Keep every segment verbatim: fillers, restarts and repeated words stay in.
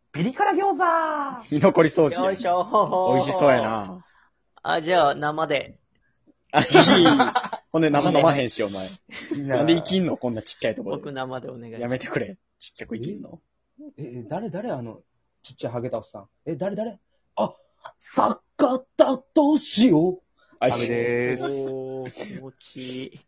ピリ辛餃子居残り掃除やん。 よいしょー。 美味しそうや。な。 あ、じゃあ、生で。 あ、いい。ほんで生飲まへんし、お前。なんで生きんのこんなちっちゃいところで。 僕生でお願いします。 やめてくれ。ちっちゃく生きんの。 え、え誰、誰あの、ちっちゃいハゲたおっさん。え、誰、誰あ、坂田敏夫。 あ、 ダメでーす。 おー、気持ちいい。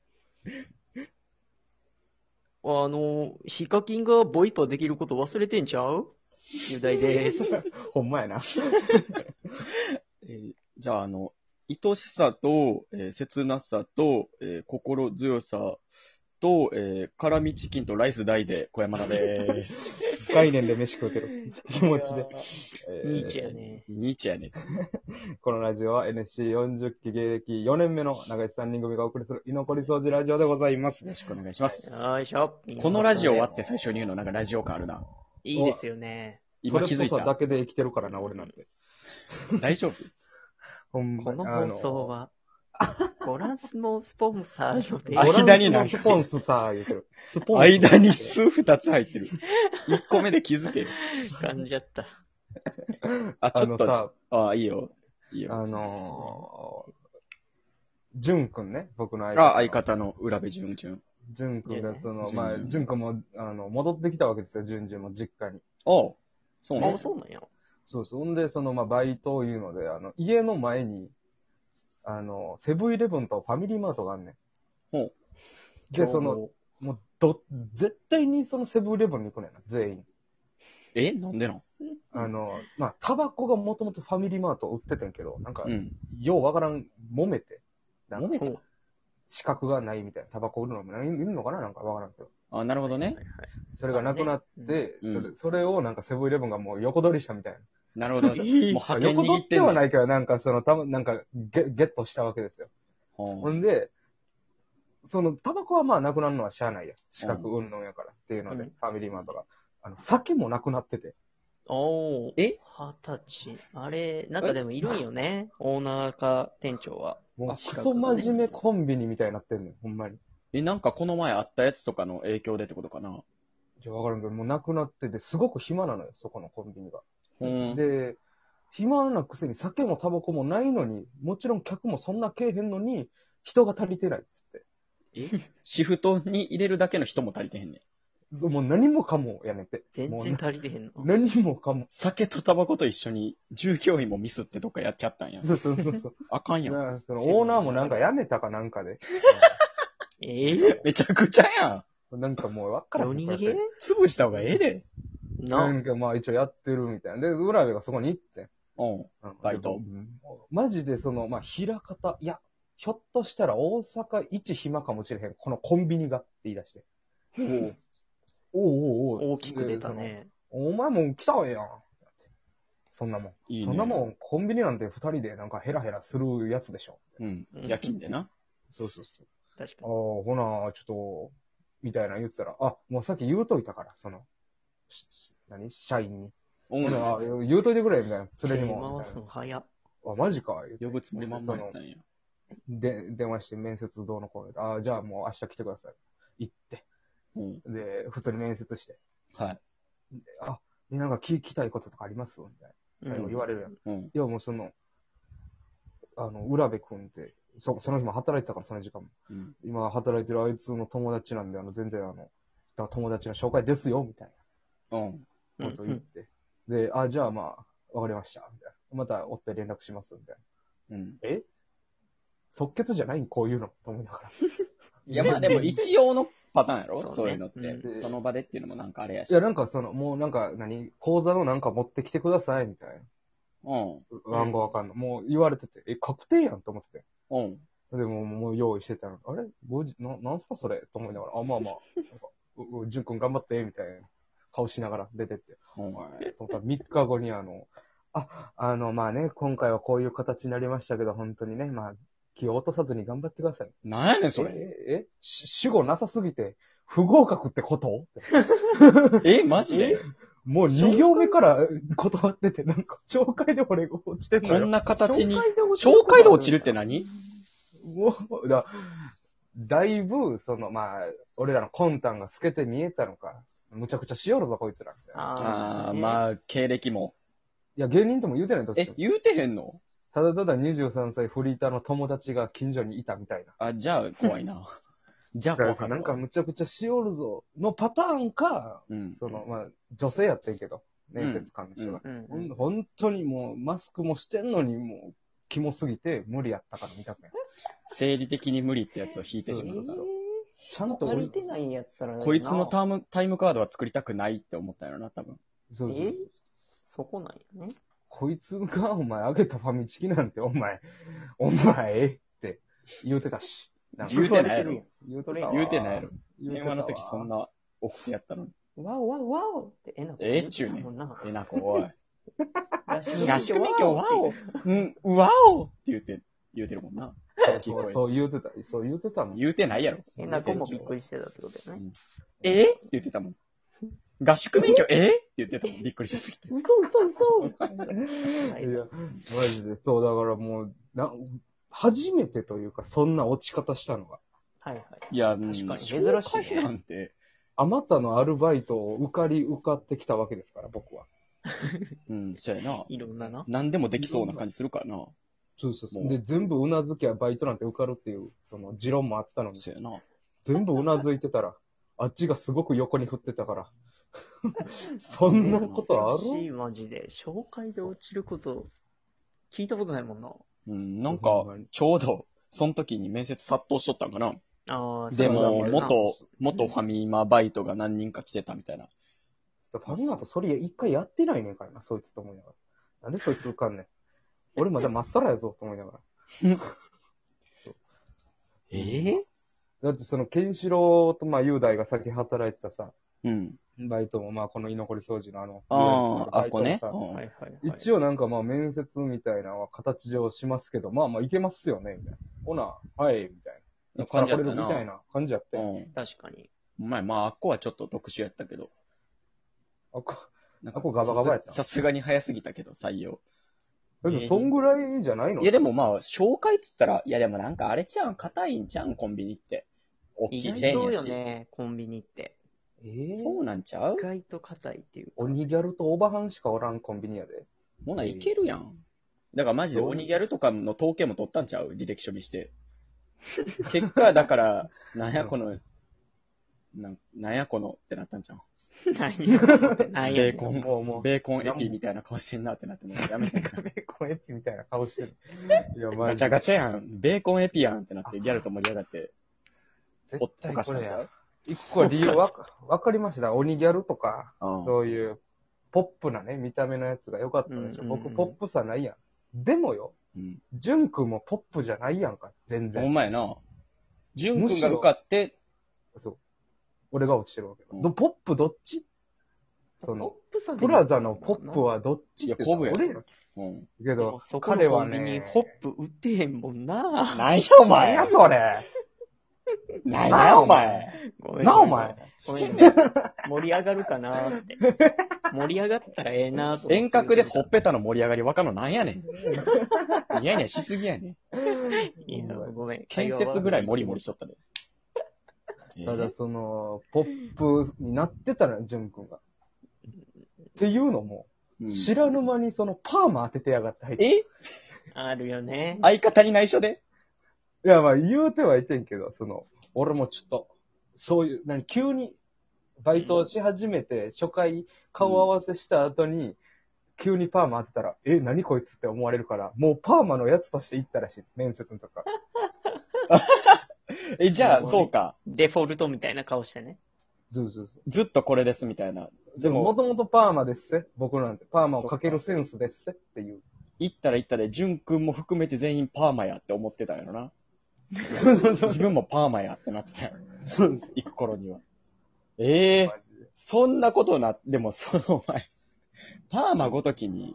あの、ヒカキンがボイパできること忘れてんちゃう雄大です。 ほんまやな。 えーじゃあ、あの、愛しさと、えー切なさと、えー心強さと、えー辛味チキンとライス大で小山田でーす。 概念で飯食うてる。気持ちで。えーニーチェやね。 ニーチェやね。 このラジオは エヌエスシーよんじゅっ 期芸歴よねんめの長井さんにん組がお送りする居残り掃除ラジオでございます。 よろしくお願いします。 よいしょ。 このラジオ終わって最初に言うのなんかラジオ感あるな。 いいですよね。 今気づいそれこそだた。 けで生きてるからな、俺なんて。 大丈夫ほんまこの放送は、ゴランスのスポンサーので、 あ間になんかスポンスさ、言うてる。スポンス。 間に数二つ入ってる。一個目で気づけよ。 感じちゃった。 あ、ちょっと、 あのさ、 あ、いいよ。いいよ。 あのー、ジュン君ね、僕の相あ、 方。 相方の浦部淳淳。 ジュン君が、その、 ジュンまあ、ジュン君も、あの、戻ってきたわけですよ、ジュンジュンも実家に。 あそうねあ、。そうなんや。 そうそう。ほんで、その、まあ、バイトを言うので、あの、家の前に、あの、セブンイレブンとファミリーマートがあんねん。 ほう。 で、その、もう、ど、絶対にそのセブンイレブンに行くねんな、全員。 えなんでなんあの、まあ、タバコがもともとファミリーマート売ってたんやけど、なんか、 うん。 ようわからん、揉めて、なんか揉めたほう資格がないみたいな、タバコ売るのもいるのかななんかわからんけど。 あ、なるほどねはい。はいそれがなくなって、 うんそれ、それをなんかセブンイレブンがもう横取りしたみたいな。 なるほど。もう派遣横握ってんねん。 取ってはないけど、なんかその、たぶん、なんかゲ、ゲットしたわけですよ。 ほほんで、その、タバコはまあなくなるのはしゃあないや。資格うんぬんやからっていうので、 うんファミリーマートが。あの、酒もなくなってて。 おー。 え二十歳。あれ、なんかでもいるんよね。オーナーか店長は。 もう、 あクソ真面目コンビニみたいになってんねん、ほんまに。 え、なんかこの前あったやつとかの影響でってことかなじゃあわからんけど、もうなくなってて、すごく暇なのよ、そこのコンビニが。 うん。 で、暇なくせに酒もタバコもないのに、もちろん客もそんなけえへんのに、人が足りてないっつって。 えシフトに入れるだけの人も足りてへんねん。 そうもう何もかもやめて。 全然もうな足りてへんの。 何もかも。 酒とタバコと一緒に従業員もミスってどっかやっちゃったんや。 そうそうそうそう。 あかんやん。 なそのオーナーもなんか辞めたかなんかで。 ええめちゃくちゃやなんかもうわからん。 夜逃げそうやってん。潰した方がええで。 なな、 んかまあ一応やってるみたいな。で、浦部がそこに行って。 うん。 うんバイトうんマジでその、まあ、平方、いや、ひょっとしたら大阪一暇かもしれへん。このコンビニがって言い出して。おうおうおうおう大きく出たね。 で。そのお前も来たわやん。そんなもん。 いいねそんなもん、コンビニなんて二人でなんかヘラヘラするやつでしょ。 うん。 うん夜勤でな。 そうそうそう。ああ、 確かに。 ほな、ちょっと、みたいな言ってたら、あ、もうさっき言うといたから、その、し何社員に。 うんほな、あ言うといてくれ、みたいな。連れに手も。み回すたいの早っ。 なあ、マジか言うて呼ぶつもり満々やったんや。 で、電話して面接どうのこうので、ああ、じゃあもう明日来てください。行って。 うん。 で、普通に面接して。 はい。 であ、えなんか聞きたいこととかありますみたいな。最後言われるやん。いうん。 や、もうその、あの、浦部くんって、そ、その日も働いてたから、その時間も。 うん。 今働いてるあいつの友達なんで、あの、全然あの、だから友達の紹介ですよ、みたいうん。 なことを言って。で、あ、じゃあまあ、わかりました、みたいな。また追って連絡します、みたいな。 うん。 え即決じゃないんこういうのと思いながら。 いや、まあでも一応のパターンやろそうねそういうのって、 うんその場でっていうのもなんかあれやし。 いや、なんかその、もうなんか、何講座のなんか持ってきてください、みたいうん。 な。番号わかんない。もう言われてて、え、確定やんと思ってて。 うん。 でも、もう用意してたの。あれごじ、な、なんすかそれと思いながら、あ、まあまあ、なんか、う、う、じゅんくん頑張って、みたいな顔しながら出てって。 うん。 はい。と思ったらみっかごにあの、あ、あの、まあね、今回はこういう形になりましたけど、本当にね、まあ、気を落とさずに頑張ってください。 なんやねん、それ。 え、え、し主語なさすぎて、不合格ってことえ、マジでもうに行目から断ってて、なんか、紹介で俺落ちてんのよ。 こんな形に、 紹介で落ちる紹介で落ちるって何もう、だ、だいぶ、その、まあ、俺らの魂胆が透けて見えたのか、むちゃくちゃしよるぞ、こいつら。みたいなあああ、 ーまあ、経歴も。 いや、芸人とも言うてないとえ、言うてへんの？ ただただにじゅうさんさいフリーターの友達が近所にいたみたいな。 あ、じゃあ怖いな。じゃあだからさ、 怖かったわ。 なんかむちゃくちゃしおるぞのパターンか、 うん。 その、まあ、女性やってんけど、面接官の人が。 うんほん本当にもう、マスクもしてんのに、もう、キモすぎて無理やったから見たくない。 生理的に無理ってやつを引いてしまった。 ちゃんと足りてないんやったらな。 こいつのターム、タイムカードは作りたくないって思ったんやろな、多分。 そうそうえそこなんやね。 こいつが、お前、あげたファミチキなんて、お前、お前、って言うてたし。なんか言うてないやろ。 言うてたわ言うてないやろ。 言うてたわ電話の時そんな奥手やったのに。 わおわおわおってえなこええっちゅうねんもんな。 えなこ、おい。 合宿合宿免許わおうん、わおって言うて、言うてるもんな。 そうそう言うてた。そう言うてたの。 言うてないやろ。 えなこもびっくりしてたってことだよね。 えって言ってたもん。合宿免許えって言ってたもん。びっくりしすぎて。 嘘嘘嘘いや、マジで、そう、だからもう、な、初めてというか、そんな落ち方したのが。 はいはい。 いや、 確かに珍しいね紹介なんて。 あまたのアルバイトを受かり受かってきたわけですから、僕は。 うん、そうやな。 いろんなな。 何でもできそうな感じするからな。 そうそうそう。 もうで、全部うなずきゃバイトなんて受かるっていう、その持論もあったのに、 そうやな。 全部うなずいてたら、あっちがすごく横に振ってたから。そんなことあ珍しいるマジで。紹介で落ちること、聞いたことないもんな。 うん、なんかほんまに、 ちょうど、その時に面接殺到しとったんかな。 ああ、 でも、 そうだ元、元ファミマバイトが何人か来てたみたいな。 ファミマとそれ一回やってないねんからな、そいつと思いながら。なんでそいつ受かんねん。俺まだまっさらやぞ、と思いながら。 ええだってその、ケンシロウと、まあ、雄大が先働いてたさ、 うん。 バイトも、まあ、この居残り掃除のあの、 ああ、あっこね。 バイトもさうんはいはいはい。 一応なんかまあ、面接みたいなのは形上しますけど、まあまあ、いけますよね、みたいな。ほな、はい、みたいな。いつから来れるみたいな感じやって。 うん。 確かに。 お前、まあ、あっこはちょっと特殊やったけど。 あこ、 なんあっこガバガバやったさすがに早すぎたけど、採用。 だけど、そんぐらいじゃないのいや、でもまあ、紹介っつったら、いやでもなんかあれちゃうん、硬いんちゃうん、コンビニって。大き意いチェ外とーンやし。 よね、コンビニって。 ええそうなんちゃう意外と硬いっていうか。 鬼ギャルとおばはんしかおらんコンビニやで。 ほないけるやん。だからマジで鬼ギャルとかの統計も取ったんちゃう履歴書見して。結果、だから、なんやこの、なんなんやこのってなったんちゃう何やろって何やねんベーコン、 もうもう、 ベーコンエピみたいな顔してんなってなってもうやめてんちゃうベーコンエピみたいな顔してる。いや、マガチャジで。 ガチャやん。ベーコンエピやんってなってギャルと盛り上がって、ほ絶対ほかしこれや。 たんちゃう一個理由わか、わかりました。鬼ギャルとか、 うんそういう、ポップなね、見た目のやつが良かったでしょ。 うんうんうん僕、ポップさないやん。でもよ、 うん。 ジュン君もポップじゃないやんか、全ほん然。 まやな。ジュン君が受かって、 そう。俺が落ちてるわけ。 うんどポップどっちその、 ポップさでプラザのポップはどっちっていやポップや俺やうん。 でけども、そこの彼はコンビニね、 ホップ売ってへんもんな。 なんやお何前やそれなんやお前ごめんなお前ごめんね。盛り上がるかなーって。盛り上がったらええなーと思って。 遠隔でほっぺたの盛り上がりわかんのなんやねん。いやいやしすぎやねん。 いや、ごめん。 建設ぐらいモリモリしとったで。 ただその、ポップになってたのよ、ジュン君が。っていうのも、 うん知らぬ間にそのパーマ当ててやがった。いえあるよね。 相方に内緒でや、まあ言うてはいてんけど、その、俺もちょっと、そういう、何、急に、バイトをし始めて、初回顔合わせした後に、急にパーマ当てたら、え、何こいつって思われるから、もうパーマのやつとして行ったらしい、面接のとか。 え、じゃあ、そうか。 デフォルトみたいな顔してね。 そうそうそう。 ずっとこれですみたいな。 でも、もともとパーマですせ。僕なんて。パーマをかけるセンスですせっていう。 行ったら行ったで、ジュン君も含めて全員パーマやって思ってたんやろな。 そうそうそう。 自分もパーマやってなってたよ。 そうです。 行く頃には。ええー、そんなことな、でも、そのお前、パーマごときに、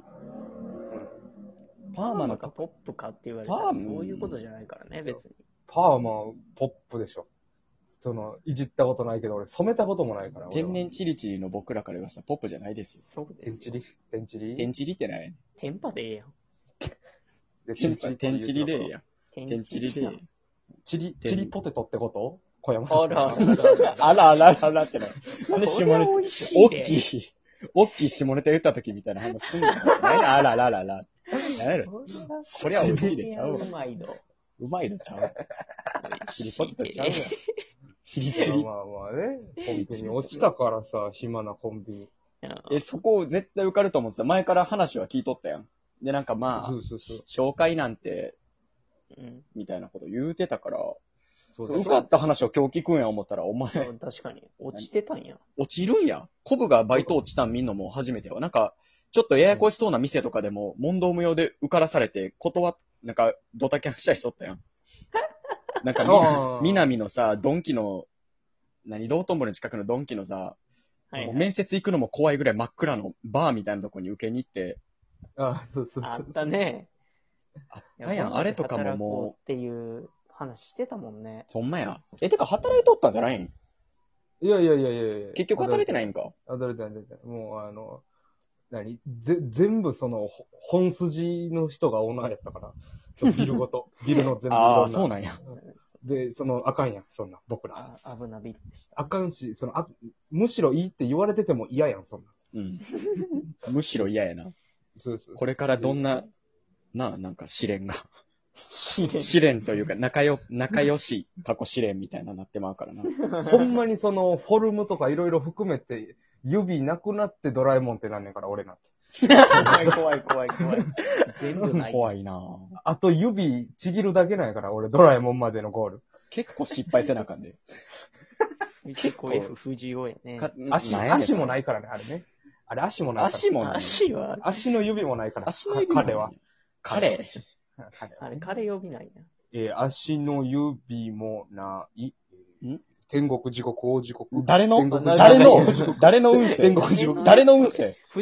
パーマのかポップかって言われたらパーマそういうことじゃないからね、別に。 パーマ、ポップでしょ。その、いじったことないけど、俺染めたこともないから。俺は天然チリチリの僕らから言わせたらポップじゃないですよ。 そうですよ。 天チリ天チリ天チリってないテンパでええやん。 で天チリ天チリでええやん。 天天チリでええやん。 チリ、チリポテトってこと小山あらあらあら。 あらあらあらってない。なんで下ネタこれ美味しいで大きい。 大きい下ネタ言った時みたいな話すんの。何やあらららら。何やろ。これは美味しいでちゃうわ。 うまいの。 うまいのちゃうわ。チリポテトちゃうわ。チリチリ。 まあまあまあね。コンビニ落ちたからさ、暇なコンビニ。 え、そこ絶対受かると思ってた。前から話は聞いとったやん。で、なんかまあ、 そうそうそう。 紹介なんて、 うん。 みたいなこと言うてたから、 そうそう受かった話を今日聞くんや思ったら、お前、 うん確かに。落ちてたんや。 落ちるんや。コブがバイト落ちたん見んのも初めてやわ。なんか、ちょっとややこしそうな店とかでも、問答無用で受からされて、断っ、なんか、ドタキャンしたりしとったやん。なんかみ、 あー南のさ、ドンキの、何、道頓堀の近くのドンキのさ、 はい、 もうはい。 面接行くのも怖いぐらい真っ暗のバーみたいなとこに受けに行って、 ああ、そうそうそう。 あったね。 あったやん。あれとかももう、 っていう話してたもんね。 ほんまや。え、てか働いとったんじゃないん？ いやいやいやいやいや。 結局働いてないんか？ 働いてない、働いてない。もうあの、何ぜ、全部その、ほ本筋の人がオーナーやったから。そのビルごと。ビルの全部いろんな。 ああ、そうなんや。 で、その、あかんやん、そんな、僕ら。 あ、危なビルでした。 あかんし、その、あ、むしろいいって言われてても嫌やん、そんな。 うん。むしろ嫌やな。 そうです。 これからどんな、なあ、なんか試練が。 試練。 試練というか、仲よ、仲良し、過去試練みたいななってまうからな。 ほんまにその、フォルムとかいろいろ含めて、指なくなってドラえもんってなんねんから、俺なんて。 怖い怖い怖い怖い。全部ない。 怖いなぁ。 あと指ちぎるだけなんやから、俺、ドラえもんまでのゴール。 結構失敗せなあかんで。 結構 F 不二雄やね。 か足、 なんやねん足もないからね、あれね。あれ足もないから。 足もない。 足は、 足の指もないから。 足の指もない彼は。。 彼彼はあれ、彼呼びないな。 えー足の指もない。 ん天国、地獄、大地獄。 誰の天国誰の地獄誰の運勢天国地獄誰の運勢